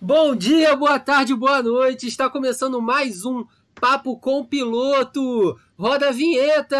Bom dia, boa tarde, boa noite. Está começando mais um Papo com Piloto. Roda a vinheta!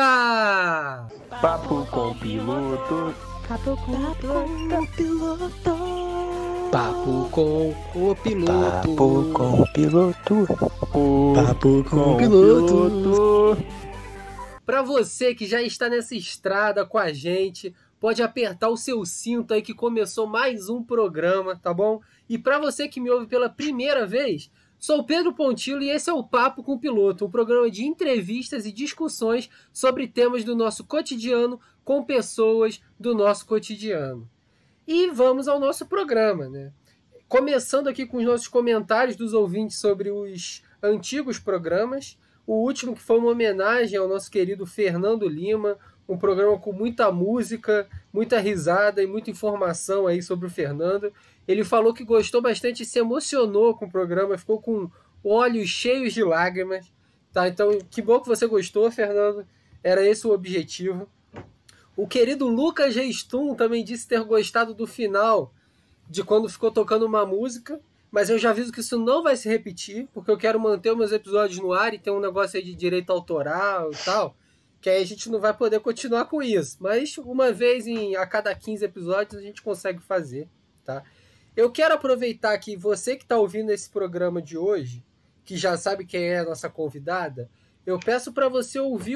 Papo com Piloto. Papo com Piloto. Papo com o Piloto. Papo com Piloto. Papo com Piloto. Para você que já está nessa estrada com a gente, pode apertar o seu cinto aí que começou mais um programa, tá bom? E para você que me ouve pela primeira vez, sou o Pedro Pontillo e esse é o Papo com o Piloto, um programa de entrevistas e discussões sobre temas do nosso cotidiano com pessoas do nosso cotidiano. E vamos ao nosso programa, né? Começando aqui com os nossos comentários dos ouvintes sobre os antigos programas. O último que foi uma homenagem ao nosso querido Fernando Lima, um programa com muita música, muita risada e muita informação aí sobre o Fernando. Ele falou que gostou bastante e se emocionou com o programa, ficou com olhos cheios de lágrimas. Tá? Então, que bom que você gostou, Fernando. Era esse o objetivo. O querido Lucas Reistum também disse ter gostado do final, de quando ficou tocando uma música, mas eu já aviso que isso não vai se repetir, porque eu quero manter os meus episódios no ar e tem um negócio aí de direito autoral e tal, que aí a gente não vai poder continuar com isso. Mas uma vez a cada 15 episódios a gente consegue fazer, tá? Eu quero aproveitar que você que está ouvindo esse programa de hoje, que já sabe quem é a nossa convidada, eu peço para você ouvir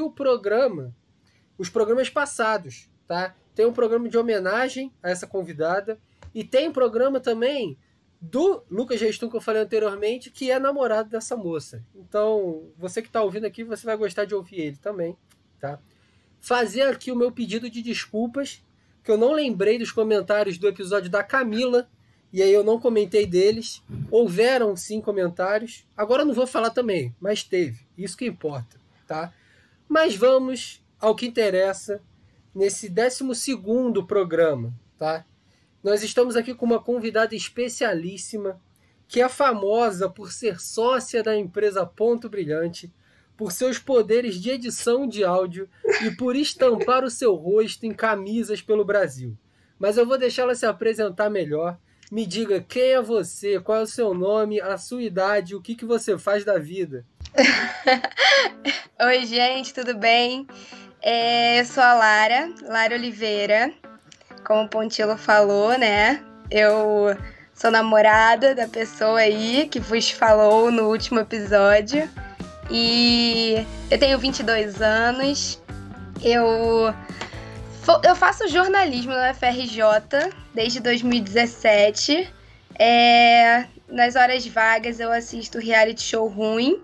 os programas passados, tá? Tem um programa de homenagem a essa convidada e tem um programa também do Lucas Reistum, que eu falei anteriormente, que é namorado dessa moça. Então, você que está ouvindo aqui, você vai gostar de ouvir ele também, tá? Fazer aqui o meu pedido de desculpas, que eu não lembrei dos comentários do episódio da Camila, e aí eu não comentei deles. Houveram sim comentários. Agora eu não vou falar também, mas teve. Isso que importa, tá? Mas vamos ao que interessa nesse 12º programa, tá? Nós estamos aqui com uma convidada especialíssima, que é famosa por ser sócia da empresa Ponto Brilhante, por seus poderes de edição de áudio e por estampar o seu rosto em camisas pelo Brasil. Mas eu vou deixar ela se apresentar melhor. Me diga quem é você, qual é o seu nome, a sua idade, o que você faz da vida. Oi, gente, tudo bem? Eu sou a Lara Oliveira, como o Pontillo falou, né? Eu sou namorada da pessoa aí que vos falou no último episódio. E eu tenho 22 anos, eu faço jornalismo na UFRJ desde 2017. Nas horas vagas eu assisto reality show ruim.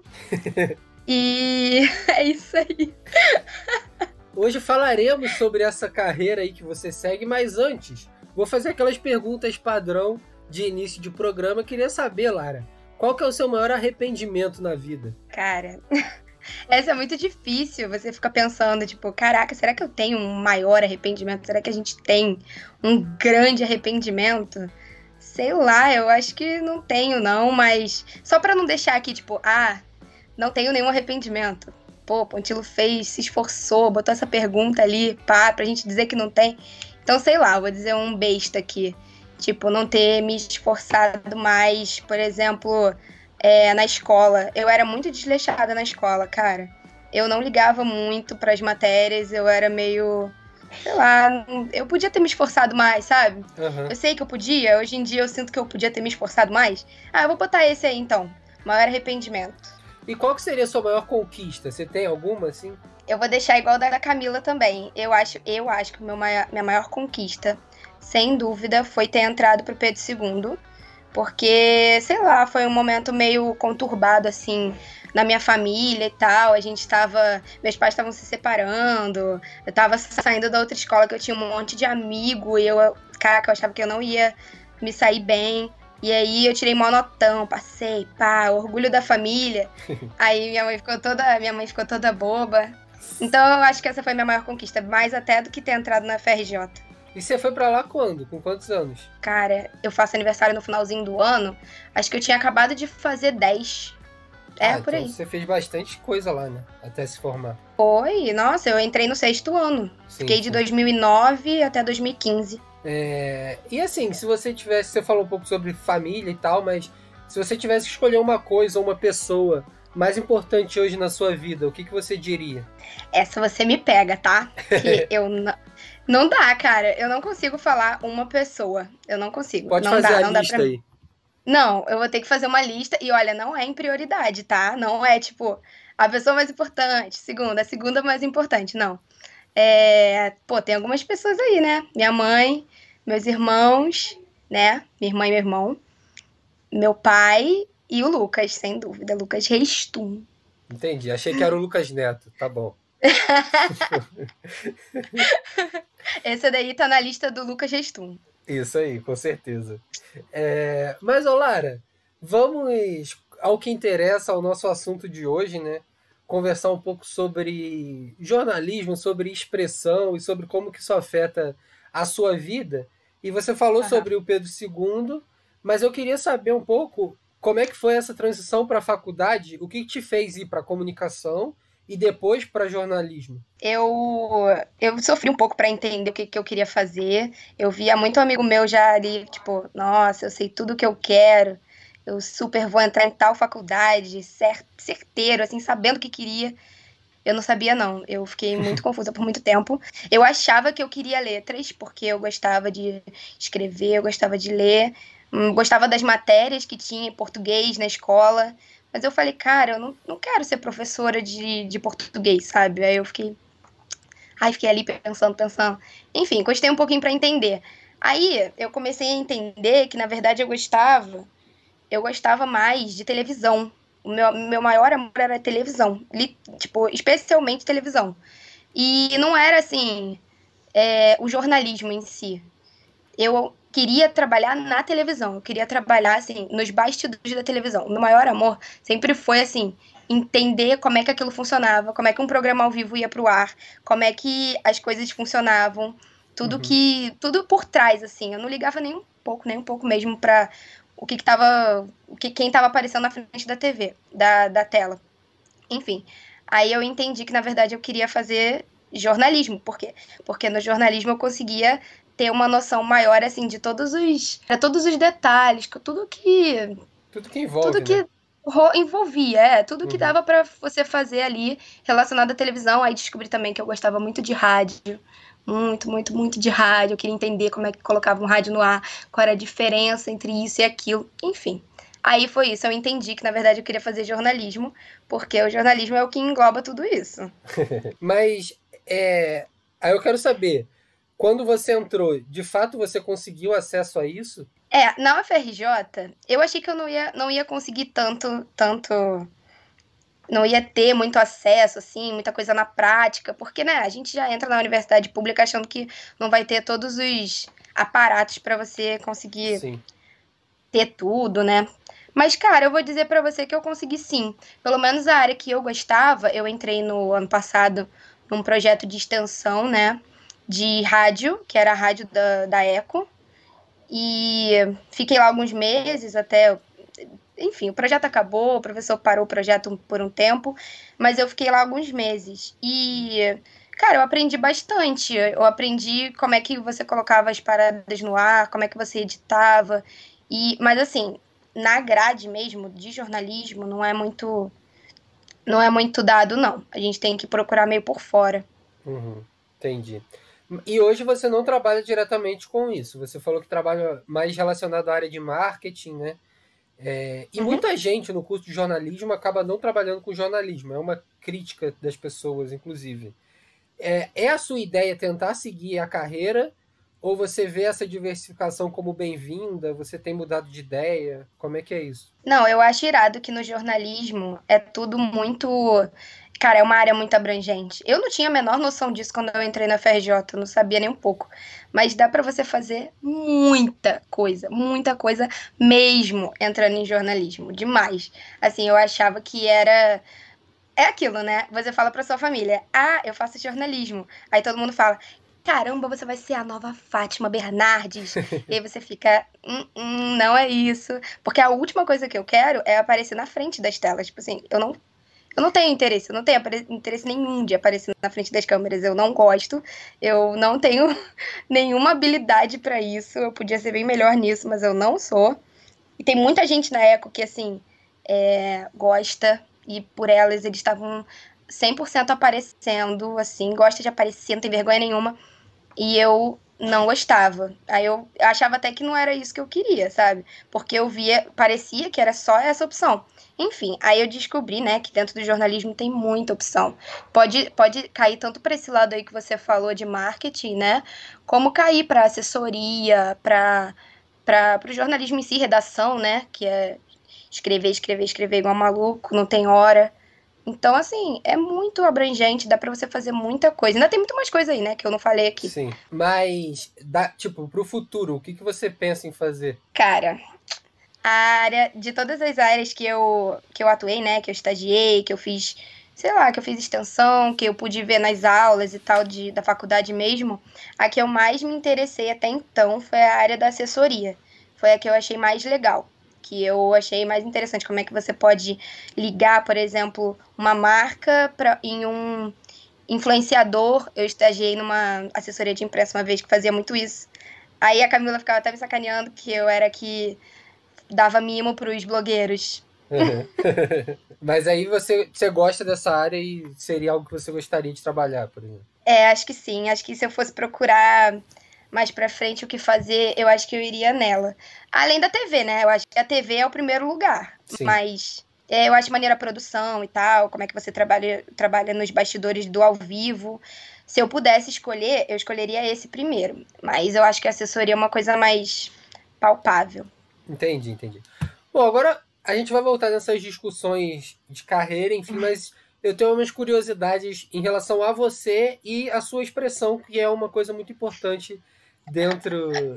E é isso aí. Hoje falaremos sobre essa carreira aí que você segue, mas antes, vou fazer aquelas perguntas padrão de início de programa. Queria saber, Lara, qual que é o seu maior arrependimento na vida? Cara, essa é muito difícil. Você fica pensando, tipo, caraca, será que eu tenho um maior arrependimento? Será que a gente tem um grande arrependimento? Sei lá, eu acho que não tenho, não, mas só pra não deixar aqui, tipo, não tenho nenhum arrependimento. Pô, Pontillo se esforçou, botou essa pergunta ali, pra gente dizer que não tem. Então, sei lá, vou dizer um besta aqui. Tipo, não ter me esforçado mais, por exemplo, na escola. Eu era muito desleixada na escola, cara. Eu não ligava muito pras matérias, eu era meio... Sei lá, eu podia ter me esforçado mais, sabe? Uhum. Eu sei que eu podia, hoje em dia eu sinto que eu podia ter me esforçado mais. Eu vou botar esse aí, então. Maior arrependimento. E qual que seria a sua maior conquista? Você tem alguma, assim? Eu vou deixar igual da Camila também. Eu acho que minha maior conquista, sem dúvida, foi ter entrado pro Pedro II. Porque, sei lá, foi um momento meio conturbado, assim, na minha família e tal. Meus pais estavam se separando. Eu tava saindo da outra escola que eu tinha um monte de amigo. E eu achava que eu não ia me sair bem. E aí eu tirei mó notão, passei, orgulho da família. Aí minha mãe ficou toda boba. Então eu acho que essa foi a minha maior conquista, mais até do que ter entrado na FRJ. E você foi pra lá quando? Com quantos anos? Cara, eu faço aniversário no finalzinho do ano. Acho que eu tinha acabado de fazer 10. Por aí. Então você fez bastante coisa lá, né? Até se formar. Foi, nossa, eu entrei no 6º ano. Fiquei de 2009 até 2015. E assim, se você falou um pouco sobre família e tal, mas Se você tivesse que escolher uma coisa ou uma pessoa mais importante hoje na sua vida, o que você diria? Essa você me pega, tá? Que eu não dá, cara. Eu não consigo falar uma pessoa. Eu não consigo. Pode não fazer dá, a não dá lista pra aí. mim. Não, eu vou ter que fazer uma lista. E olha, não é em prioridade, tá? Não é tipo a pessoa mais importante, a segunda mais importante, não. Pô, tem algumas pessoas aí, né? Minha mãe, meus irmãos, né? Minha irmã e meu irmão, meu pai e o Lucas, sem dúvida. Lucas Reistum. Entendi. Achei que era o Lucas Neto. Tá bom. Esse daí tá na lista do Lucas Reistum. Isso aí, com certeza. Mas, ô Lara, vamos ao que interessa, ao nosso assunto de hoje, né? Conversar um pouco sobre jornalismo, sobre expressão e sobre como que isso afeta a sua vida. E você falou sobre o Pedro II, mas eu queria saber um pouco como é que foi essa transição para a faculdade, o que te fez ir para a comunicação e depois para jornalismo? Eu sofri um pouco para entender o que eu queria fazer. Eu via muito amigo meu já ali, tipo, nossa, eu sei tudo o que eu quero. Eu super vou entrar em tal faculdade, certeiro, assim, sabendo o que queria. Eu não sabia, não. Eu fiquei muito confusa por muito tempo. Eu achava que eu queria letras, porque eu gostava de escrever, eu gostava de ler, gostava das matérias que tinha em português na escola. Mas eu falei, cara, eu não quero ser professora de português, sabe? Aí eu fiquei ali pensando. Enfim, custei um pouquinho para entender. Aí eu comecei a entender que, na verdade, eu gostava mais de televisão. O meu maior amor era televisão. Tipo, especialmente televisão. E não era, assim, o jornalismo em si. Eu queria trabalhar na televisão. Eu queria trabalhar, assim, nos bastidores da televisão. O meu maior amor sempre foi, assim, entender como é que aquilo funcionava, como é que um programa ao vivo ia pro ar, como é que as coisas funcionavam, tudo por trás, assim. Eu não ligava nem um pouco mesmo pra quem tava aparecendo na frente da TV, da tela. Enfim, aí eu entendi que, na verdade, eu queria fazer jornalismo. Por quê? Porque no jornalismo eu conseguia ter uma noção maior, assim, de todos os detalhes, Tudo que envolve, tudo que né? envolvia, tudo que dava pra você fazer ali relacionado à televisão. Aí descobri também que eu gostava muito de rádio, muito, muito, muito de rádio. Eu queria entender como é que colocava um rádio no ar, qual era a diferença entre isso e aquilo, enfim. Aí foi isso, eu entendi que na verdade eu queria fazer jornalismo, porque o jornalismo é o que engloba tudo isso. Mas aí eu quero saber, quando você entrou, de fato você conseguiu acesso a isso? Na UFRJ, eu achei que eu não ia conseguir tanto, não ia ter muito acesso, assim, muita coisa na prática, porque, né, a gente já entra na universidade pública achando que não vai ter todos os aparatos para você conseguir Sim. ter tudo, né? Mas, cara, eu vou dizer pra você que eu consegui sim. Pelo menos a área que eu gostava, eu entrei no ano passado num projeto de extensão, né? De rádio, que era a rádio da Eco. E fiquei lá alguns meses até. Enfim, o projeto acabou, o professor parou o projeto por um tempo, mas eu fiquei lá alguns meses. E, cara, eu aprendi bastante. Eu aprendi como é que você colocava as paradas no ar, como é que você editava. Mas assim, na grade mesmo de jornalismo não é muito dado, não. A gente tem que procurar meio por fora. Entendi. E hoje você não trabalha diretamente com isso. Você falou que trabalha mais relacionado à área de marketing, né? E muita gente no curso de jornalismo acaba não trabalhando com jornalismo. É uma crítica das pessoas, inclusive. É a sua ideia tentar seguir a carreira? Ou você vê essa diversificação como bem-vinda? Você tem mudado de ideia? Como é que é isso? Não, eu acho irado que no jornalismo é tudo muito. Cara, é uma área muito abrangente. Eu não tinha a menor noção disso quando eu entrei na FRJ, eu não sabia nem um pouco. Mas dá pra você fazer muita coisa mesmo entrando em jornalismo. Demais. Assim, eu achava que era. É aquilo, né? Você fala pra sua família: ah, eu faço jornalismo. Aí todo mundo fala: caramba, você vai ser a nova Fátima Bernardes. E aí você fica: não é isso. Porque a última coisa que eu quero é aparecer na frente das telas. Tipo assim, eu não tenho interesse, eu não tenho interesse nenhum de aparecer na frente das câmeras. Eu não gosto, eu não tenho nenhuma habilidade pra isso. Eu podia ser bem melhor nisso, mas eu não sou. E tem muita gente na Eco que, assim, gosta, e por elas eles estavam 100% aparecendo, assim, gosta de aparecer, não tem vergonha nenhuma. E eu não gostava. Aí eu achava até que não era isso que eu queria, sabe? Porque eu via, parecia que era só essa opção. Enfim, aí eu descobri, né, que dentro do jornalismo tem muita opção. Pode cair tanto para esse lado aí que você falou de marketing, né? Como cair para assessoria, para o jornalismo em si, redação, né? Que é escrever igual maluco, não tem hora. Então, assim, é muito abrangente, dá pra você fazer muita coisa. Ainda tem muito mais coisa aí, né, que eu não falei aqui. Sim, mas, tipo, pro futuro, o que você pensa em fazer? Cara, a área, de todas as áreas que eu atuei, né, que eu estagiei, que eu fiz, sei lá, que eu fiz extensão, que eu pude ver nas aulas e tal da faculdade mesmo, a que eu mais me interessei até então foi a área da assessoria. Foi a que eu achei mais legal, que eu achei mais interessante. Como é que você pode ligar, por exemplo, uma marca em um influenciador. Eu estagiei numa assessoria de imprensa uma vez que fazia muito isso. Aí a Camila ficava até me sacaneando que eu era que dava mimo pros blogueiros. Mas aí você gosta dessa área e seria algo que você gostaria de trabalhar, por exemplo? Acho que sim. Acho que se eu fosse procurar mais pra frente o que fazer, eu acho que eu iria nela. Além da TV, né? Eu acho que a TV é o primeiro lugar. Sim. Mas eu acho maneira a produção e tal, como é que você trabalha nos bastidores do ao vivo. Se eu pudesse escolher, eu escolheria esse primeiro. Mas eu acho que a assessoria é uma coisa mais palpável. Entendi. Bom, agora a gente vai voltar nessas discussões de carreira, enfim, mas eu tenho umas curiosidades em relação a você e a sua expressão, que é uma coisa muito importante dentro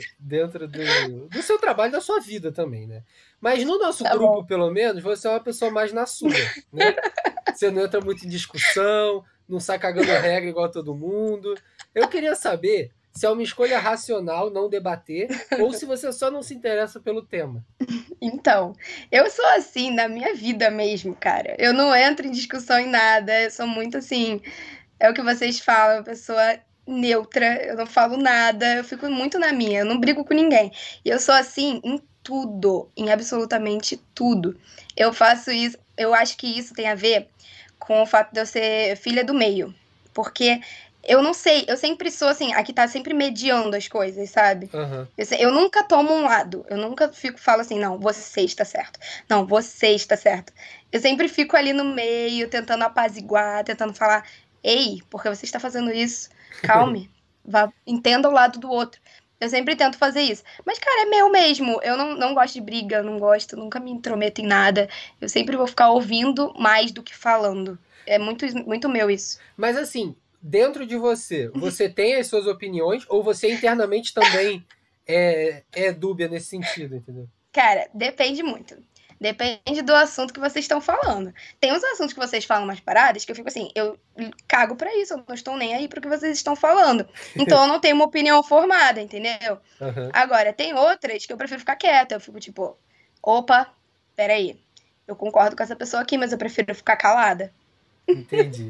do seu trabalho, da sua vida também, né? Mas no nosso Tá grupo, bom. pelo menos, você é uma pessoa mais na sua, né? Você não entra muito em discussão, não sai cagando regra igual todo mundo. Eu queria saber se é uma escolha racional não debater ou se você só não se interessa pelo tema. Então, eu sou assim na minha vida mesmo, cara. Eu não entro em discussão em nada. Eu sou muito assim. É o que vocês falam, pessoa neutra. Eu não falo nada. Eu fico muito na minha. Eu não brigo com ninguém. E eu sou assim em tudo, em absolutamente tudo. Eu faço isso. Eu acho que isso tem a ver com o fato de eu ser filha do meio. Porque eu não sei, eu sempre sou assim, a que tá sempre mediando as coisas, sabe? Aham. Eu nunca tomo um lado. Eu nunca falo assim, não, você está certo. Não, você está certo. Eu sempre fico ali no meio, tentando apaziguar, tentando falar, ei, por que você está fazendo isso? Calme. Entenda o lado do outro. Eu sempre tento fazer isso. Mas, cara, é meu mesmo. Eu não gosto de briga, não gosto, nunca me intrometo em nada. Eu sempre vou ficar ouvindo mais do que falando. É muito, muito meu isso. Mas assim, dentro de você tem as suas opiniões ou você internamente também é dúbia nesse sentido, entendeu? Cara, depende muito. Depende do assunto que vocês estão falando. Tem uns assuntos que vocês falam mais paradas que eu fico assim, eu cago pra isso, eu não estou nem aí pro que vocês estão falando. Então eu não tenho uma opinião formada, entendeu? Aham. Agora, tem outras que eu prefiro ficar quieta. Eu fico tipo, opa, peraí. Eu concordo com essa pessoa aqui, mas eu prefiro ficar calada. Entendi.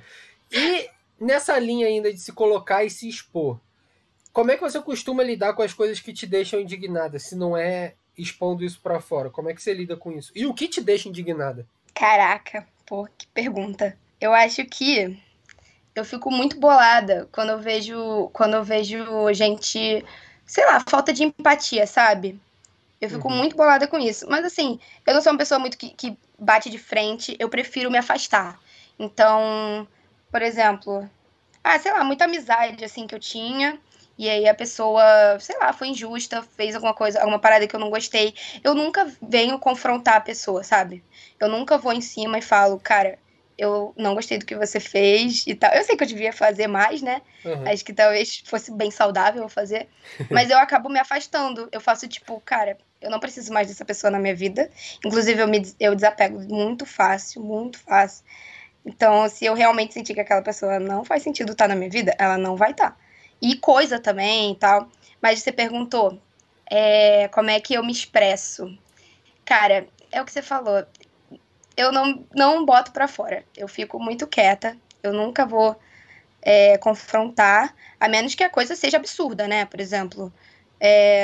E nessa linha ainda de se colocar e se expor, como é que você costuma lidar com as coisas que te deixam indignada, se não é expondo isso pra fora? Como é que você lida com isso? E o que te deixa indignada? Caraca, pô, que pergunta. Eu acho que eu fico muito bolada quando eu vejo gente, sei lá, falta de empatia, sabe? Eu fico Uhum. muito bolada com isso. Mas assim, eu não sou uma pessoa muito que bate de frente, eu prefiro me afastar. Então, por exemplo, sei lá, muita amizade assim que eu tinha. E aí a pessoa, sei lá, foi injusta, fez alguma coisa, alguma parada que eu não gostei. Eu nunca venho confrontar a pessoa, sabe? Eu nunca vou em cima e falo, cara, eu não gostei do que você fez e tal. Eu sei que eu devia fazer mais, né? Uhum. Acho que talvez fosse bem saudável eu fazer. Mas eu acabo me afastando. Eu faço tipo, cara, eu não preciso mais dessa pessoa na minha vida. Inclusive, eu desapego muito fácil, muito fácil. Então, se eu realmente sentir que aquela pessoa não faz sentido estar na minha vida, ela não vai estar. E coisa também e tal. Mas você perguntou, como é que eu me expresso? Cara, é o que você falou. Eu não boto pra fora. Eu fico muito quieta. Eu nunca vou confrontar, a menos que a coisa seja absurda, né? Por exemplo,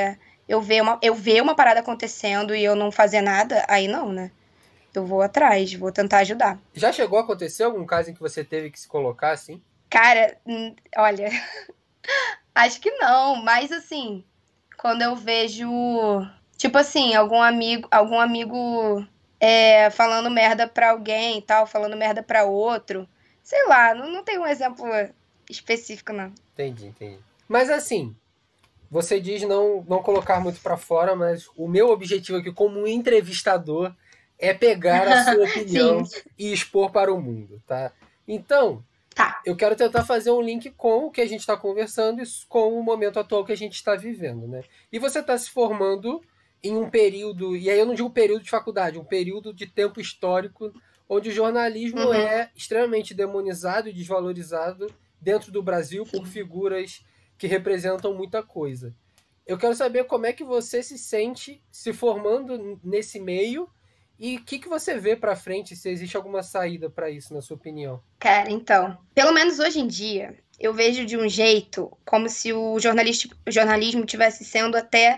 eu ver uma parada acontecendo e eu não fazer nada, aí não, né? Eu vou atrás, vou tentar ajudar. Já chegou a acontecer algum caso em que você teve que se colocar assim? Cara, olha, acho que não, mas assim, quando eu vejo, tipo assim, algum amigo falando merda pra alguém e tal, falando merda pra outro, sei lá, não tem um exemplo específico, não. Entendi. Mas assim, você diz não colocar muito pra fora, mas o meu objetivo aqui como um entrevistador é pegar a sua opinião e expor para o mundo, tá? Então, tá. Eu quero tentar fazer um link com o que a gente está conversando e com o momento atual que a gente está vivendo, né? E você está se formando em um período, e aí eu não digo período de faculdade, um período de tempo histórico onde o jornalismo é extremamente demonizado e desvalorizado dentro do Brasil por figuras que representam muita coisa. Eu quero saber como é que você se sente se formando nesse meio e o que você vê para frente, se existe alguma saída para isso, na sua opinião. Cara, então, pelo menos hoje em dia, eu vejo de um jeito como se o jornalismo tivesse sendo até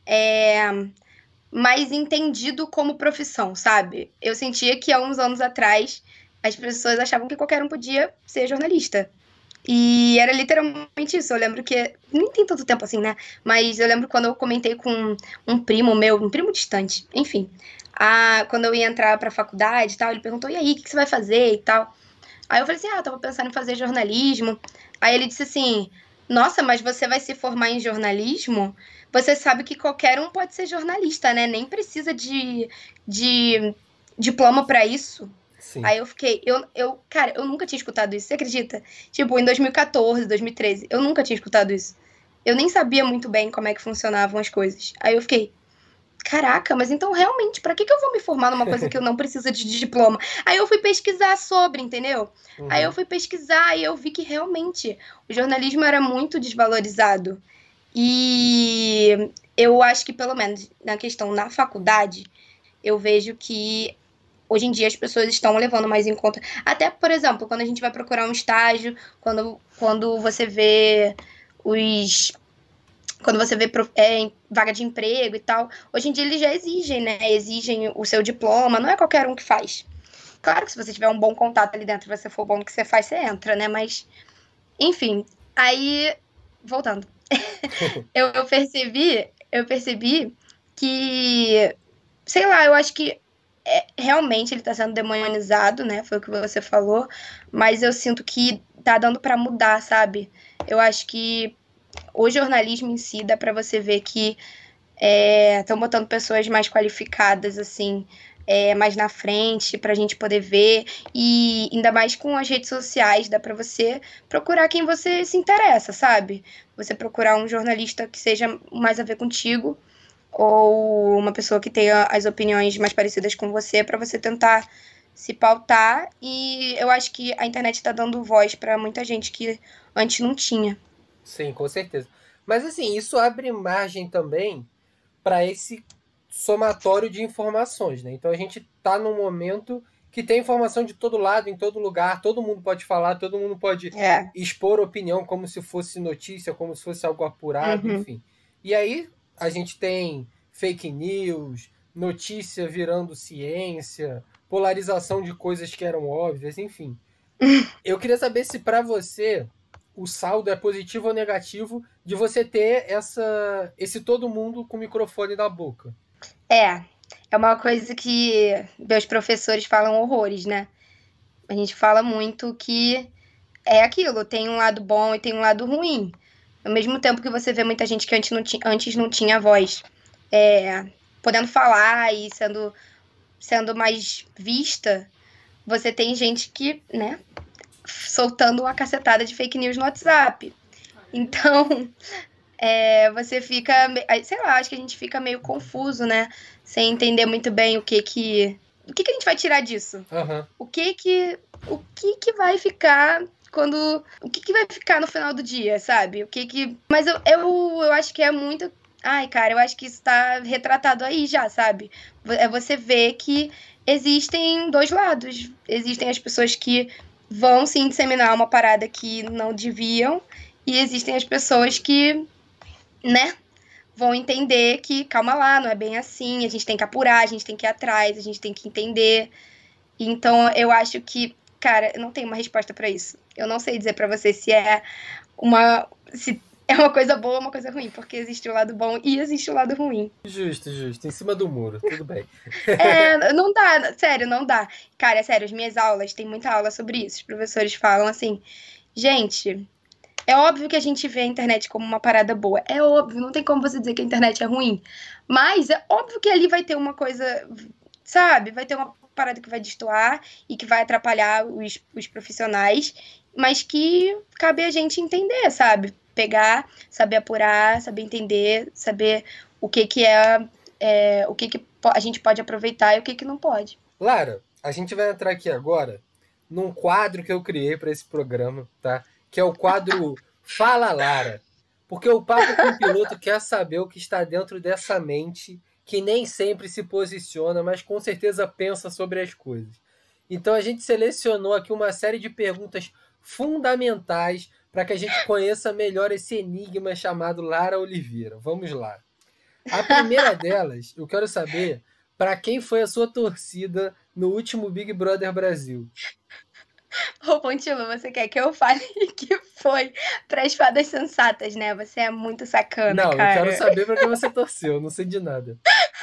mais entendido como profissão, sabe? Eu sentia que há uns anos atrás as pessoas achavam que qualquer um podia ser jornalista. E era literalmente isso. Eu lembro que. Nem tem tanto tempo assim, né? Mas eu lembro quando eu comentei com um primo meu, um primo distante, enfim. Quando eu ia entrar pra faculdade e tal, ele perguntou: e aí, o que você vai fazer e tal? Aí eu falei assim: eu tava pensando em fazer jornalismo. Aí ele disse assim: nossa, mas você vai se formar em jornalismo? Você sabe que qualquer um pode ser jornalista, né? Nem precisa de diploma pra isso. Sim. Aí eu fiquei, cara, eu nunca tinha escutado isso, você acredita? Tipo, em 2014, 2013, eu nunca tinha escutado isso. Eu nem sabia muito bem como é que funcionavam as coisas. Aí eu fiquei, caraca, mas então realmente, pra que eu vou me formar numa coisa que eu não preciso de diploma? Aí eu fui pesquisar sobre, entendeu? Aí eu fui pesquisar e eu vi que realmente o jornalismo era muito desvalorizado. E eu acho que, pelo menos na questão na faculdade, eu vejo que hoje em dia as pessoas estão levando mais em conta. Até, por exemplo, quando a gente vai procurar um estágio, quando você vê os. Quando você vê vaga de emprego e tal, hoje em dia eles já exigem, né? Exigem o seu diploma, não é qualquer um que faz. Claro que se você tiver um bom contato ali dentro, você for bom no que você faz, você entra, né? Mas, enfim, aí, voltando. eu percebi que, sei lá, eu acho que realmente ele tá sendo demonizado, né? Foi o que você falou, mas eu sinto que tá dando pra mudar, sabe? Eu acho que o jornalismo em si dá pra você ver que estão botando pessoas mais qualificadas, assim, mais na frente pra gente poder ver, e ainda mais com as redes sociais, dá pra você procurar quem você se interessa, sabe? Você procurar um jornalista que seja mais a ver contigo, ou uma pessoa que tenha as opiniões mais parecidas com você, pra você tentar se pautar, e eu acho que a internet está dando voz pra muita gente que antes não tinha. Sim, com certeza. Mas assim, isso abre margem também para esse somatório de informações, né? Então a gente está num momento que tem informação de todo lado, em todo lugar, todo mundo pode falar, todo mundo pode expor opinião como se fosse notícia, como se fosse algo apurado, enfim. E aí a gente tem fake news, notícia virando ciência, polarização de coisas que eram óbvias, enfim. Eu queria saber se para você o saldo é positivo ou negativo de você ter esse todo mundo com o microfone na boca. É uma coisa que meus professores falam horrores, né? A gente fala muito que é aquilo, tem um lado bom e tem um lado ruim. Ao mesmo tempo que você vê muita gente que antes não tinha voz, podendo falar e sendo mais vista, você tem gente que, né, soltando uma cacetada de fake news no WhatsApp. Então, você fica, sei lá, acho que a gente fica meio confuso, né? Sem entender muito bem o que a gente vai tirar disso. O que vai ficar o que vai ficar no final do dia, sabe? Mas eu acho que é muito. Ai, cara, eu acho que isso tá retratado aí já, sabe? É você ver que existem dois lados. Existem as pessoas que vão sim disseminar uma parada que não deviam, e existem as pessoas que, né, vão entender que, calma lá, não é bem assim, a gente tem que apurar, a gente tem que ir atrás, a gente tem que entender. Então, eu acho que, cara, eu não tenho uma resposta pra isso. Eu não sei dizer pra você se é uma coisa boa ou uma coisa ruim, porque existe o lado bom e existe o lado ruim. Justo. Em cima do muro, tudo bem. Não dá, sério, não dá. Cara, é sério, as minhas aulas, tem muita aula sobre isso. Os professores falam assim, gente, é óbvio que a gente vê a internet como uma parada boa. É óbvio, não tem como você dizer que a internet é ruim. Mas é óbvio que ali vai ter uma coisa, sabe? Vai ter uma parada que vai destoar e que vai atrapalhar os profissionais, mas que cabe a gente entender, sabe? Pegar, saber apurar, saber entender, saber o que o que a gente pode aproveitar e o que não pode. Lara, a gente vai entrar aqui agora num quadro que eu criei para esse programa, tá? Que é o quadro Fala Lara. Porque o Papo com o Piloto quer saber o que está dentro dessa mente que nem sempre se posiciona, mas com certeza pensa sobre as coisas. Então a gente selecionou aqui uma série de perguntas fundamentais para que a gente conheça melhor esse enigma chamado Lara Oliveira. Vamos lá. A primeira delas, eu quero saber para quem foi a sua torcida no último Big Brother Brasil. Ô, Pontilo, você quer que eu fale que foi para as fadas sensatas, né? Você é muito sacana, não, cara. Não, eu quero saber para quem você torceu, eu não sei de nada.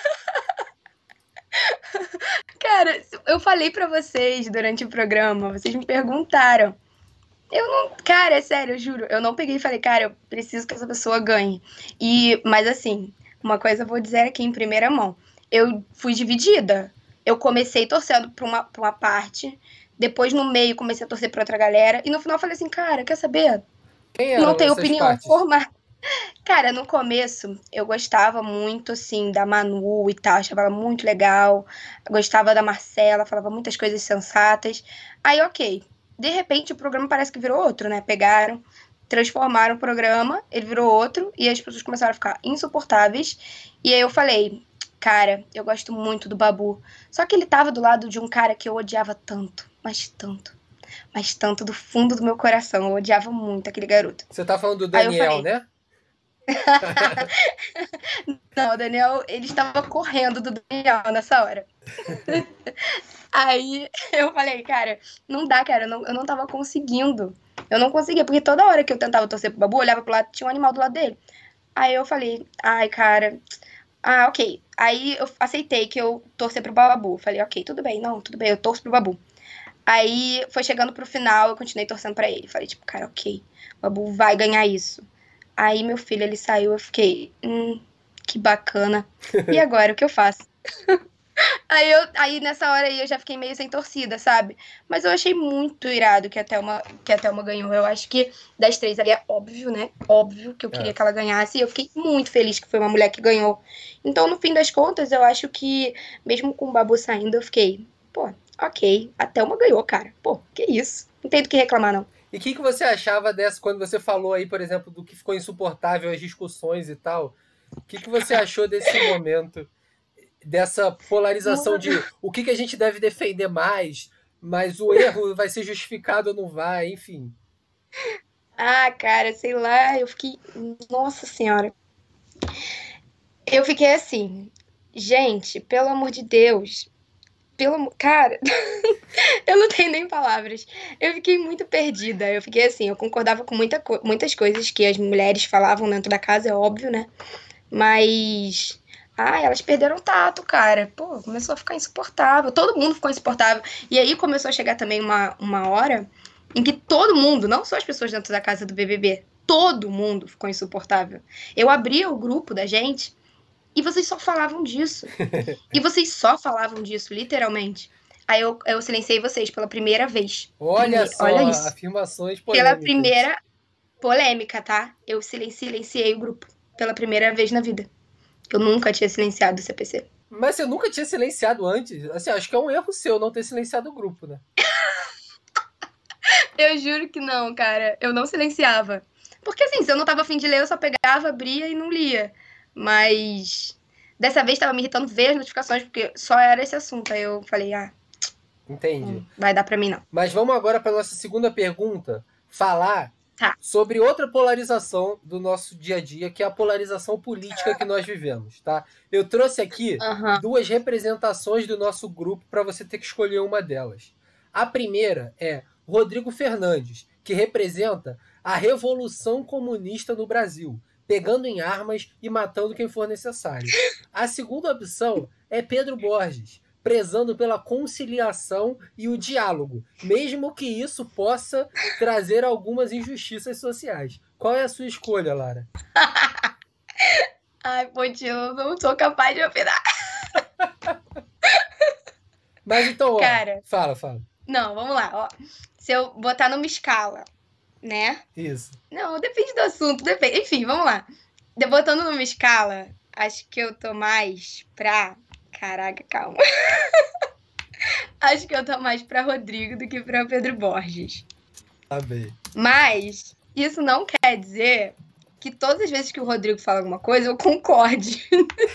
Cara, eu falei para vocês durante o programa, vocês me perguntaram. Eu não... Cara, é sério, eu juro. Eu não peguei e falei, cara, eu preciso que essa pessoa ganhe. Mas assim, uma coisa eu vou dizer aqui em primeira mão. Eu fui dividida. Eu comecei torcendo pra uma parte, depois no meio comecei a torcer pra outra galera, e no final eu falei assim, cara, quer saber? Quem eram não tenho essas opinião partes? formada. Cara, no começo eu gostava muito, assim, da Manu e tal, achava ela muito legal. Eu gostava da Marcela, falava muitas coisas sensatas. Aí, ok. De repente o programa parece que virou outro, né? Pegaram, transformaram o programa, ele virou outro, e as pessoas começaram a ficar insuportáveis. E aí eu falei, cara, eu gosto muito do Babu. Só que ele tava do lado de um cara que eu odiava tanto, mas tanto do fundo do meu coração. Eu odiava muito aquele garoto. Você tá falando do Daniel, né? Não, o Daniel, ele estava correndo do Daniel nessa hora. Aí eu falei, cara, não dá, cara, eu não tava conseguindo. Eu não conseguia, porque toda hora que eu tentava torcer pro Babu, eu olhava pro lado, tinha um animal do lado dele. Aí eu falei, ai, cara, ok. Aí eu aceitei que eu torcer pro Babu. Falei, ok, tudo bem, eu torço pro Babu. Aí foi chegando pro final, eu continuei torcendo pra ele. Falei, tipo, cara, ok, o Babu vai ganhar isso. Aí meu filho, ele saiu, eu fiquei, que bacana. E agora, o que eu faço? Aí nessa hora aí eu já fiquei meio sem torcida, sabe? Mas eu achei muito irado que a Thelma ganhou. Eu acho que das três ali é óbvio, né? Óbvio que eu queria que ela ganhasse. E eu fiquei muito feliz que foi uma mulher que ganhou. Então, no fim das contas, eu acho que, mesmo com o Babu saindo, eu fiquei, pô, ok, a Thelma ganhou, cara. Pô, que isso. Não tem do que reclamar, não. E o que você achava dessa, quando você falou aí, por exemplo, do que ficou insuportável, as discussões e tal? O que você achou desse momento? Dessa polarização de o que a gente deve defender mais, mas o erro vai ser justificado ou não vai, enfim. Cara, sei lá, eu fiquei... Nossa Senhora. Eu fiquei assim, gente, pelo amor de Deus... Cara, eu não tenho nem palavras. Eu fiquei muito perdida. Eu fiquei assim, eu concordava com muitas coisas que as mulheres falavam dentro da casa, é óbvio, né? Mas... elas perderam o tato, cara. Pô, começou a ficar insuportável. Todo mundo ficou insuportável. E aí começou a chegar também uma hora em que todo mundo, não só as pessoas dentro da casa do BBB, todo mundo ficou insuportável. Eu abria o grupo da gente e vocês só falavam disso. E vocês só falavam disso, literalmente. Aí eu silenciei vocês pela primeira vez. Olha só, olha isso. Afirmações polêmicas. Pela primeira polêmica, tá? Eu silenciei o grupo pela primeira vez na vida. Eu nunca tinha silenciado o CPC. Mas você nunca tinha silenciado antes? Assim, acho que é um erro seu não ter silenciado o grupo, né? Eu juro que não, cara. Eu não silenciava. Porque assim, se eu não tava afim de ler, eu só pegava, abria e não lia. Mas dessa vez tava me irritando ver as notificações, porque só era esse assunto. Aí eu falei, entendi. Não vai dar pra mim, não. Mas vamos agora pra nossa segunda pergunta. Falar Tá. Sobre outra polarização do nosso dia a dia, que é a polarização política que nós vivemos, tá? Eu trouxe aqui 2 representações do nosso grupo para você ter que escolher uma delas. A primeira é Rodrigo Fernandes, que representa a revolução comunista no Brasil, pegando em armas e matando quem for necessário. A segunda opção é Pedro Borges, prezando pela conciliação e o diálogo, mesmo que isso possa trazer algumas injustiças sociais. Qual é a sua escolha, Lara? Ai, Pontinho, eu não sou capaz de opinar. Mas então, ó, cara, fala. Não, vamos lá, ó. Se eu botar numa escala, né? Isso. Não, depende do assunto, depende. Enfim, vamos lá. Botando numa escala, acho que eu tô mais pra... Caraca, calma. Acho que eu tô mais pra Rodrigo do que pra Pedro Borges. Tá bem. Mas isso não quer dizer que todas as vezes que o Rodrigo fala alguma coisa, eu concorde.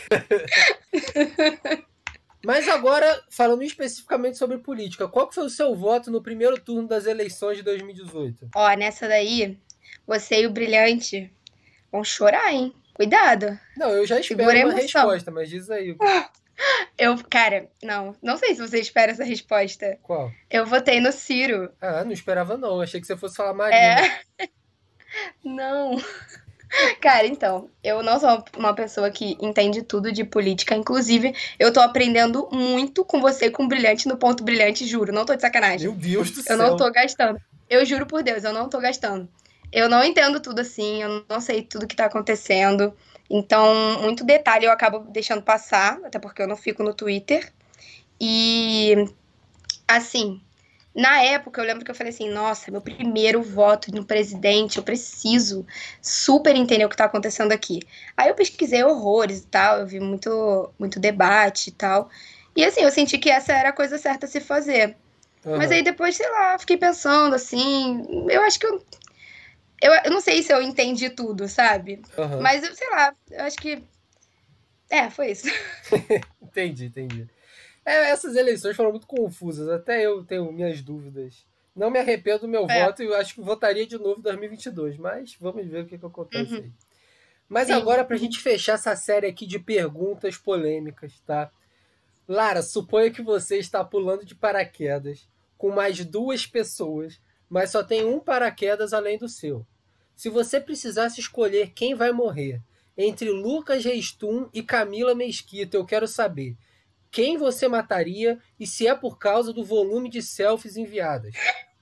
Mas agora, falando especificamente sobre política, qual que foi o seu voto no primeiro turno das eleições de 2018? Ó, nessa daí, você e o Brilhante vão chorar, hein? Cuidado. Não, eu já espero uma resposta, mas diz aí. Cara, não sei se você espera essa resposta. Qual? Eu votei no Ciro. Ah, não esperava não. Achei que você fosse falar Marina. Não. Cara, então, eu não sou uma pessoa que entende tudo de política. Inclusive, eu tô aprendendo muito com você e com o Brilhante no Ponto Brilhante, juro. Não tô de sacanagem. Meu Deus do céu. Eu não tô gastando. Eu juro por Deus, eu não tô gastando. Eu não entendo tudo assim, eu não sei tudo que tá acontecendo. Então, muito detalhe eu acabo deixando passar, até porque eu não fico no Twitter. E, assim, na época eu lembro que eu falei assim, nossa, meu primeiro voto no presidente, eu preciso super entender o que tá acontecendo aqui. Aí eu pesquisei horrores e tal, eu vi muito debate e tal. E assim, eu senti que essa era a coisa certa a se fazer. Mas aí depois, sei lá, fiquei pensando assim, eu acho que eu não sei se eu entendi tudo, sabe? Mas, sei lá, eu acho que... foi isso. Entendi. Essas eleições foram muito confusas. Até eu tenho minhas dúvidas. Não me arrependo do meu voto e eu acho que votaria de novo em 2022. Mas vamos ver o que acontece aí. Mas agora, pra gente fechar essa série aqui de perguntas polêmicas, tá? Lara, suponha que você está pulando de paraquedas com mais 2 pessoas, mas só tem um paraquedas além do seu. Se você precisasse escolher quem vai morrer entre Lucas Reistum e Camila Mesquita, eu quero saber quem você mataria e se é por causa do volume de selfies enviadas.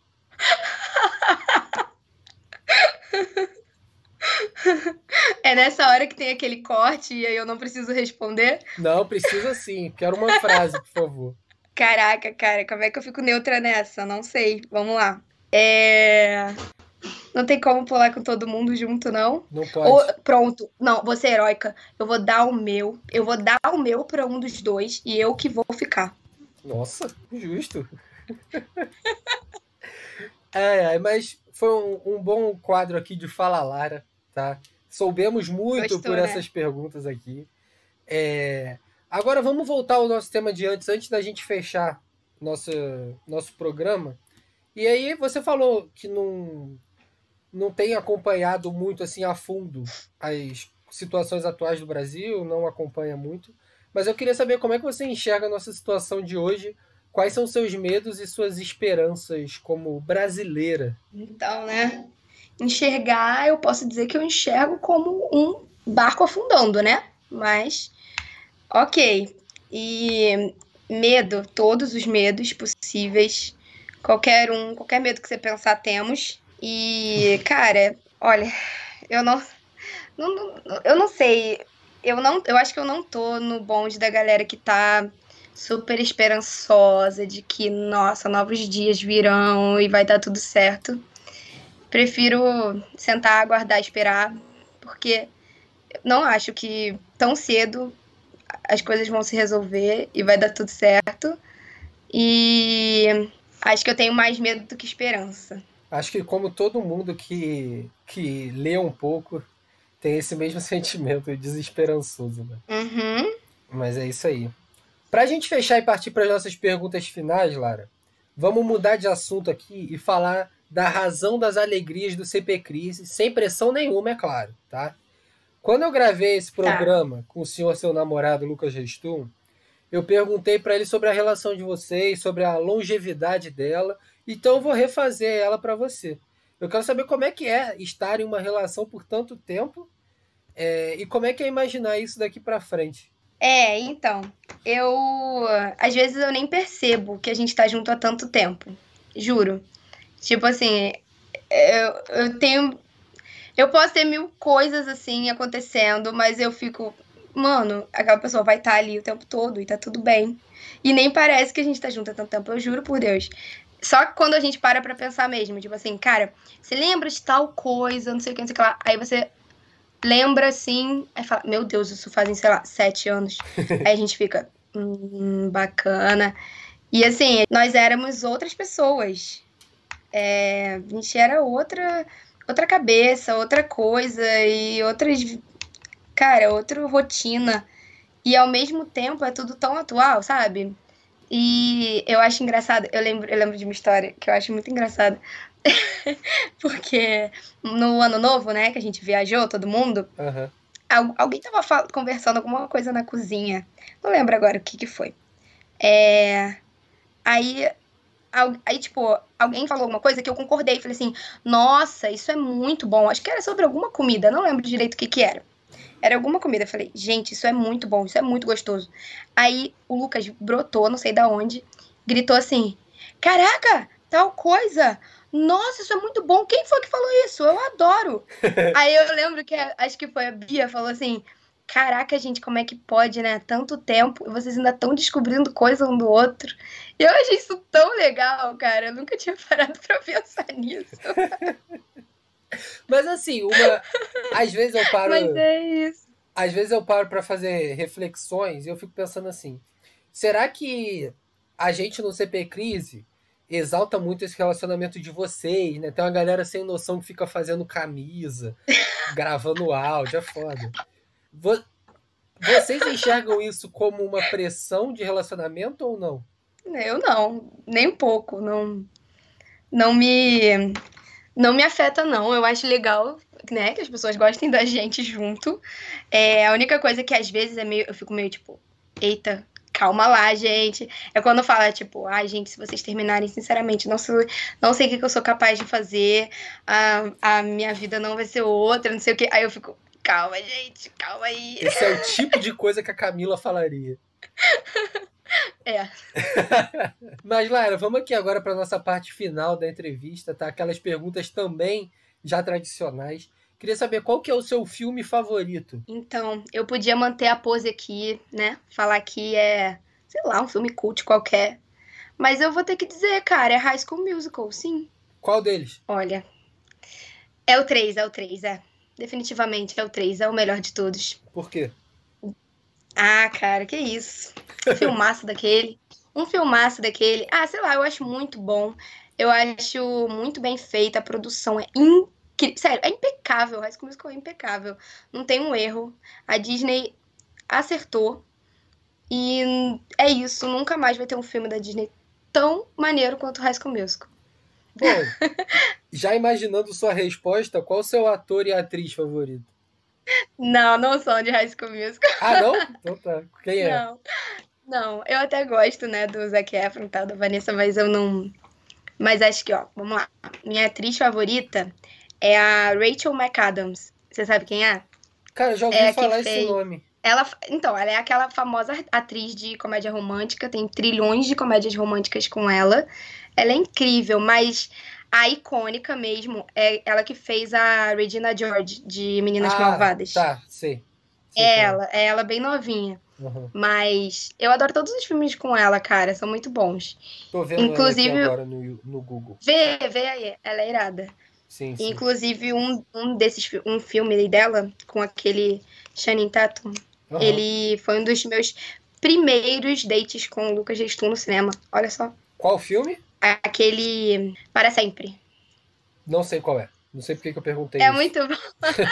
É nessa hora que tem aquele corte e aí eu não preciso responder? Não, precisa sim. Quero uma frase, por favor. Caraca, cara, como é que eu fico neutra nessa? Não sei. Vamos lá. Não tem como pular com todo mundo junto, não? Não pode. Pronto. Não, vou ser heróica. Eu vou dar o meu pra um dos 2 e eu que vou ficar. Nossa, justo. Mas foi um bom quadro aqui de Fala Lara, tá? Soubemos muito por essas perguntas aqui. Agora vamos voltar ao nosso tema de antes da gente fechar nosso programa. E aí você falou que não tem acompanhado muito assim a fundo as situações atuais do Brasil, não acompanha muito. Mas eu queria saber como é que você enxerga a nossa situação de hoje, quais são seus medos e suas esperanças como brasileira? Então, né? Enxergar, eu posso dizer que eu enxergo como um barco afundando, né? Mas, ok. E medo, todos os medos possíveis, qualquer medo que você pensar temos. E, cara, olha, eu não sei, eu acho que eu não tô no bonde da galera que tá super esperançosa de que, nossa, novos dias virão e vai dar tudo certo. Prefiro sentar, aguardar, esperar, porque não acho que tão cedo as coisas vão se resolver e vai dar tudo certo. E acho que eu tenho mais medo do que esperança. Acho que como todo mundo que lê um pouco tem esse mesmo sentimento desesperançoso, né? Mas é isso aí. Pra gente fechar e partir para as nossas perguntas finais, Lara, vamos mudar de assunto aqui e falar da razão das alegrias do CP Crise, sem pressão nenhuma, é claro, tá? Quando eu gravei esse programa com o senhor, seu namorado, Lucas Restum, eu perguntei para ele sobre a relação de vocês, sobre a longevidade dela, então eu vou refazer ela para você. Eu quero saber como é que é estar em uma relação por tanto tempo e como é que é imaginar isso daqui para frente. Então, às vezes eu nem percebo que a gente tá junto há tanto tempo, juro. Tipo assim, eu posso ter 1000 coisas assim acontecendo, mas eu fico, mano, aquela pessoa vai estar ali o tempo todo e tá tudo bem. E nem parece que a gente tá junto há tanto tempo, eu juro por Deus. Só que quando a gente para pra pensar mesmo, tipo assim, cara, você lembra de tal coisa, não sei o que, não sei o que lá. Aí você lembra assim, aí fala, meu Deus, isso fazem, sei lá, 7 anos. Aí a gente fica, bacana. E assim, nós éramos outras pessoas. A gente era outra cabeça, outra coisa e outra rotina. E ao mesmo tempo é tudo tão atual, sabe? E eu acho engraçado, eu lembro de uma história que eu acho muito engraçada. Porque no ano novo, né, que a gente viajou, todo mundo, alguém tava conversando alguma coisa na cozinha. Não lembro agora o que foi. Aí, tipo, alguém falou alguma coisa que eu concordei. Falei assim, nossa, isso é muito bom. Acho que era sobre alguma comida, não lembro direito o que era. Era alguma comida. Eu falei, gente, isso é muito bom, isso é muito gostoso. Aí o Lucas brotou, não sei da onde, gritou assim, caraca, tal coisa, nossa, isso é muito bom. Quem foi que falou isso? Eu adoro. Aí eu lembro que, acho que foi a Bia, falou assim, caraca, gente, como é que pode, né? Tanto tempo e vocês ainda estão descobrindo coisa um do outro. E eu achei isso tão legal, cara. Eu nunca tinha parado pra pensar nisso. Mas assim, às vezes eu paro. Mas é isso. Às vezes eu paro para fazer reflexões e eu fico pensando assim: será que a gente no CP Crise exalta muito esse relacionamento de vocês, né? Tem uma galera sem noção que fica fazendo camisa, gravando áudio, é foda. Vocês enxergam isso como uma pressão de relacionamento ou não? Eu não, nem um pouco. Não me afeta, não. Eu acho legal, né, que as pessoas gostem da gente junto. A única coisa que às vezes eu fico meio tipo, eita, calma lá, gente. É quando fala, tipo, ai, gente, se vocês terminarem, sinceramente, não sei o que eu sou capaz de fazer, a minha vida não vai ser outra, não sei o que. Aí eu fico, calma, gente, calma aí. Esse é o tipo de coisa que a Camila falaria. Mas, Lara, vamos aqui agora para nossa parte final da entrevista, tá? Aquelas perguntas também já tradicionais. Queria saber qual que é o seu filme favorito. Então, eu podia manter a pose aqui, né? Falar que sei lá, um filme cult qualquer. Mas eu vou ter que dizer, cara, é High School Musical, sim. Qual deles? Olha, é o 3. Definitivamente é o 3, é o melhor de todos. Por quê? Ah, cara, que isso. Um filmaço daquele. Sei lá, eu acho muito bom. Eu acho muito bem feita. A produção é incrível. Sério, é impecável. High School Musical é impecável. Não tem um erro. A Disney acertou. E é isso. Nunca mais vai ter um filme da Disney tão maneiro quanto High School Musical. Bom, já imaginando sua resposta, qual o seu ator e atriz favorito? Não são de High School Musical. Ah, não? Então tá. Quem é? Não, eu até gosto, né, do Zac Efron e tal, da Vanessa, mas eu não... Mas acho que, vamos lá. Minha atriz favorita é a Rachel McAdams. Você sabe quem é? Cara, já ouvi falar esse nome. Ela é aquela famosa atriz de comédia romântica, tem trilhões de comédias românticas com ela. Ela é incrível, mas a icônica mesmo é ela que fez a Regina George, de Meninas Malvadas. Tá, sei. É ela bem novinha. Uhum. Mas eu adoro todos os filmes com ela, cara, são muito bons. Tô vendo inclusive, ela aqui agora no Google. Vê aí, ela é irada. Sim. Inclusive, um filme dela, com aquele Channing Tatum, ele foi um dos meus primeiros dates com o Lucas Restum no cinema. Olha só. Qual filme? Aquele Para Sempre. Não sei qual é. Não sei porque que eu perguntei isso. Muito bom.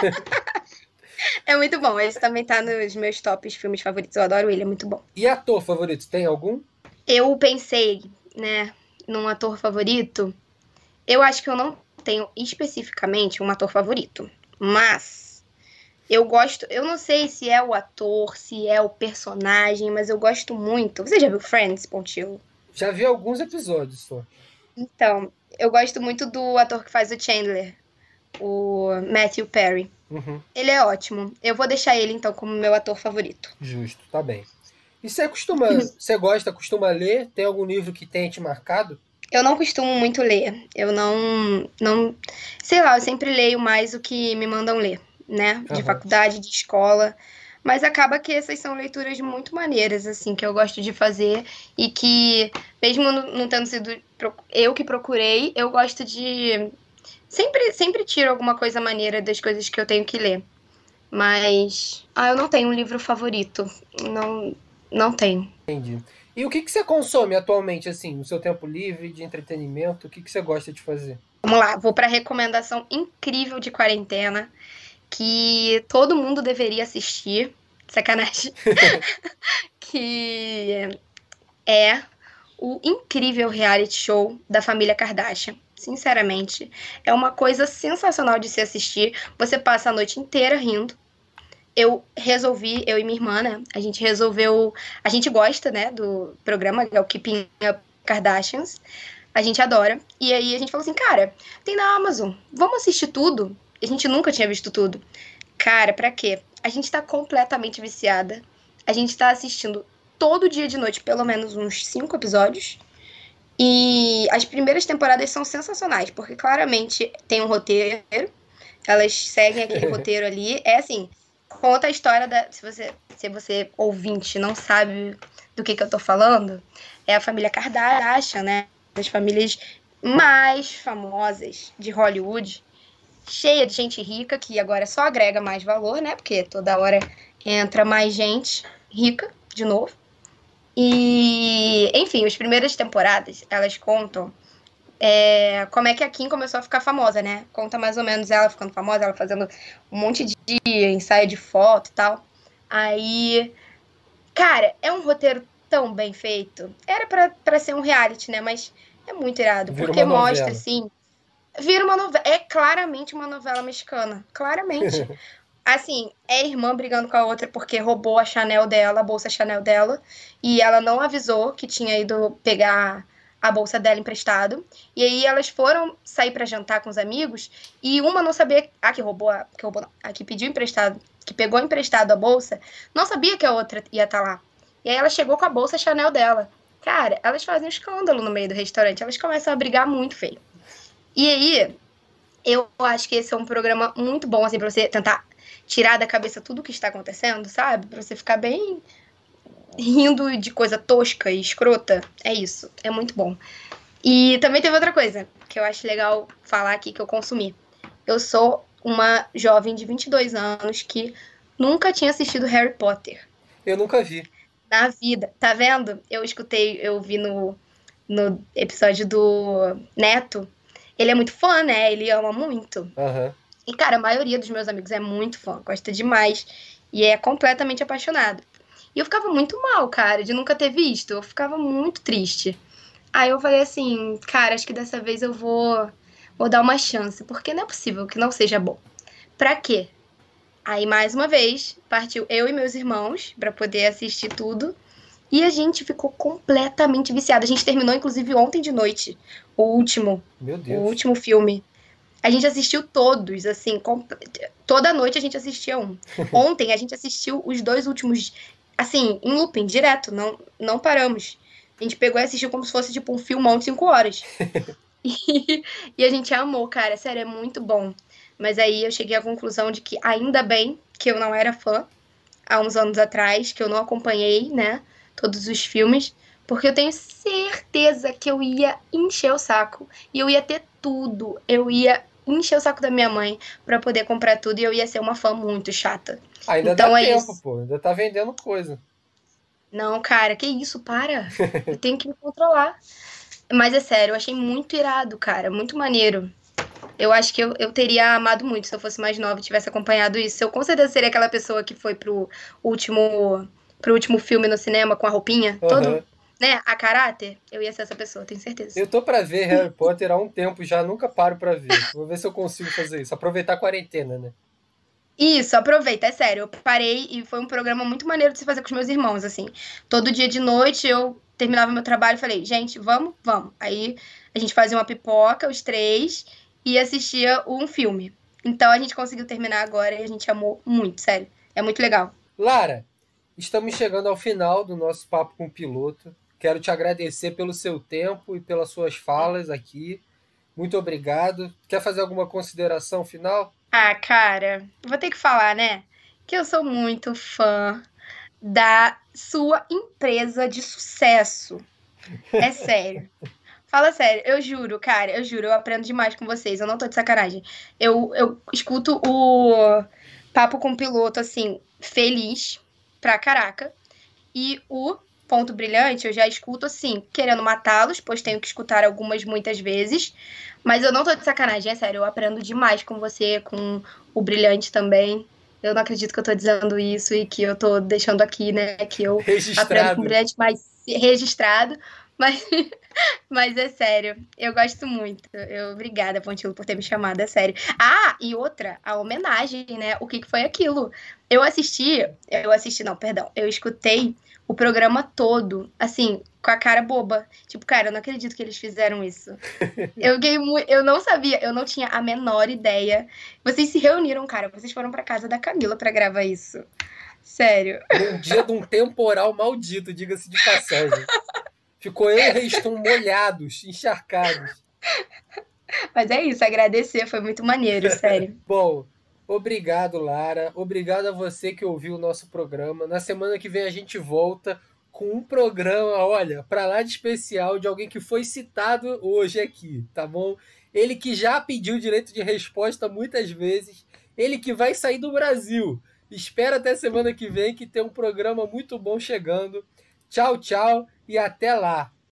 É muito bom. Esse também tá nos meus tops filmes favoritos. Eu adoro ele, é muito bom. E ator favorito, tem algum? Eu pensei, né, num ator favorito. Eu acho que eu não tenho especificamente um ator favorito, mas eu gosto, eu não sei se é o ator, se é o personagem, mas eu gosto muito. Você já viu Friends, Pontinho? Já vi alguns episódios só. Então, eu gosto muito do ator que faz o Chandler, o Matthew Perry. Uhum, Ele é ótimo. Eu vou deixar ele, então, como meu ator favorito. justo, tá bem. E costuma ler? Tem algum livro que tenha te marcado? Eu não costumo muito ler. Eu não, sei lá, eu sempre leio mais o que me mandam ler, né? De Aham. faculdade, de escola. Mas acaba que essas são leituras muito maneiras, assim, que eu gosto de fazer e que, mesmo não tendo sido eu que procurei, eu gosto de. Sempre tiro alguma coisa maneira das coisas que eu tenho que ler. Mas. Eu não tenho um livro favorito. Não, não tenho. Entendi. E o que você consome atualmente, assim, no seu tempo livre, de entretenimento? O que você gosta de fazer? Vamos lá, vou para a recomendação incrível de quarentena que todo mundo deveria assistir. Sacanagem. Que é o incrível reality show da família Kardashian. Sinceramente, é uma coisa sensacional de se assistir. Você passa a noite inteira rindo. Eu e minha irmã, né? A gente resolveu. A gente gosta, né, do programa, que é o Keeping Up Kardashians. A gente adora. E aí a gente falou assim, cara, tem na Amazon, vamos assistir tudo? A gente nunca tinha visto tudo. Cara, pra quê? A gente tá completamente viciada. A gente tá assistindo todo dia de noite, pelo menos uns 5 episódios. E as primeiras temporadas são sensacionais, porque claramente tem um roteiro, elas seguem aquele roteiro ali. É assim, conta a história da. Se você ouvinte não sabe do que eu tô falando, é a família Kardashian, né? Das famílias mais famosas de Hollywood, cheia de gente rica, que agora só agrega mais valor, né? Porque toda hora entra mais gente rica de novo. E, enfim, as primeiras temporadas, elas contam como é que a Kim começou a ficar famosa, né? Conta mais ou menos ela ficando famosa, ela fazendo um monte de ensaio de foto e tal. Aí, cara, é um roteiro tão bem feito. Era pra ser um reality, né? Mas é muito irado, Vira porque uma mostra, novela. assim, vira uma novela. É claramente uma novela mexicana. Claramente. Assim, é a irmã brigando com a outra porque roubou a Chanel dela, a bolsa Chanel dela, e ela não avisou que tinha ido pegar a bolsa dela emprestado. E aí elas foram sair pra jantar com os amigos e uma não sabia, a que pediu emprestado, que pegou emprestado a bolsa, não sabia que a outra ia estar lá. E aí ela chegou com a bolsa Chanel dela. Cara, elas fazem um escândalo no meio do restaurante, elas começam a brigar muito feio. E aí, eu acho que esse é um programa muito bom, assim, pra você tentar tirar da cabeça tudo o que está acontecendo, sabe? Pra você ficar bem rindo de coisa tosca e escrota. É isso. É muito bom. E também teve outra coisa que eu acho legal falar aqui que eu consumi. Eu sou uma jovem de 22 anos que nunca tinha assistido Harry Potter Eu nunca vi. na vida. Tá vendo? Eu vi no episódio do Neto. Ele é muito fã, né? Ele ama muito. Aham. E, cara, a maioria dos meus amigos é muito fã, gosta demais e é completamente apaixonado. E eu ficava muito mal, cara, de nunca ter visto. Eu ficava muito triste. Aí eu falei assim, cara, acho que dessa vez eu vou dar uma chance, porque não é possível que não seja bom. Pra quê? Aí, mais uma vez, partiu eu e meus irmãos pra poder assistir tudo. E a gente ficou completamente viciada. A gente terminou, inclusive, ontem de noite, o último, Meu o Deus. último filme. A gente assistiu todos, assim, toda noite a gente assistia um. Ontem a gente assistiu os 2 últimos, assim, em looping, direto, não paramos. A gente pegou e assistiu como se fosse, tipo, um filmão de 5 horas. E a gente amou, cara, sério, é muito bom. Mas aí eu cheguei à conclusão de que ainda bem que eu não era fã há uns anos atrás, que eu não acompanhei, né, todos os filmes, porque eu tenho certeza que eu ia encher o saco. E eu ia ter tudo. Eu ia encher o saco da minha mãe pra poder comprar tudo e eu ia ser uma fã muito chata. Ainda dá Então é tempo, isso. pô. Ainda tá vendendo coisa. Não, cara, que isso, para. Eu tenho que me controlar. Mas é sério, eu achei muito irado, cara, muito maneiro. Eu acho que eu teria amado muito se eu fosse mais nova e tivesse acompanhado isso. Eu com certeza seria aquela pessoa que foi último, pro último filme no cinema com a roupinha, Aham. né, a caráter, eu ia ser essa pessoa, tenho certeza. Eu tô pra ver Harry Potter há um tempo já, nunca paro pra ver. Vou ver se eu consigo fazer isso. Aproveitar a quarentena, né? Isso, aproveita, é sério. Eu parei e foi um programa muito maneiro de se fazer com os meus irmãos, assim. Todo dia de noite eu terminava meu trabalho e falei, gente, vamos? Vamos. Aí a gente fazia uma pipoca, os três, e assistia um filme. Então a gente conseguiu terminar agora e a gente amou muito, sério. É muito legal. Lara, estamos chegando ao final do nosso papo com o piloto. Quero te agradecer pelo seu tempo e pelas suas falas aqui. Muito obrigado. Quer fazer alguma consideração final? Ah, cara, vou ter que falar, né? Que eu sou muito fã da sua empresa de sucesso. É sério. Fala sério, eu juro, cara, eu juro, eu aprendo demais com vocês, eu não tô de sacanagem. Eu escuto o papo com o piloto, assim, feliz pra caraca. E o Ponto Brilhante eu já escuto, assim, querendo matá-los, pois tenho que escutar algumas muitas vezes. Mas eu não tô de sacanagem, é sério, eu aprendo demais com você, com o Brilhante também. Eu não acredito que eu tô dizendo isso e que eu tô deixando aqui, né, que eu aprendo com o Brilhante, mas registrado. Mas Mas é sério, eu gosto muito. Obrigada, Pontilo, por ter me chamado, é sério. Ah, e outra, a homenagem, né? O que foi aquilo? Não, perdão. Eu escutei o programa todo, assim, com a cara boba. Tipo, cara, eu não acredito que eles fizeram isso. Eu não sabia, eu não tinha a menor ideia. Vocês se reuniram, cara, vocês foram pra casa da Camila pra gravar isso. Sério. Num dia de um temporal maldito, diga-se de passagem. Ficou eu e o Reiston molhados, encharcados. Mas é isso, agradecer, foi muito maneiro, sério. Bom, obrigado, Lara. Obrigado a você que ouviu o nosso programa. Na semana que vem a gente volta com um programa, olha, pra lá de especial, de alguém que foi citado hoje aqui, tá bom? Ele que já pediu direito de resposta muitas vezes. Ele que vai sair do Brasil. Espera até semana que vem que tem um programa muito bom chegando. Tchau, tchau e até lá!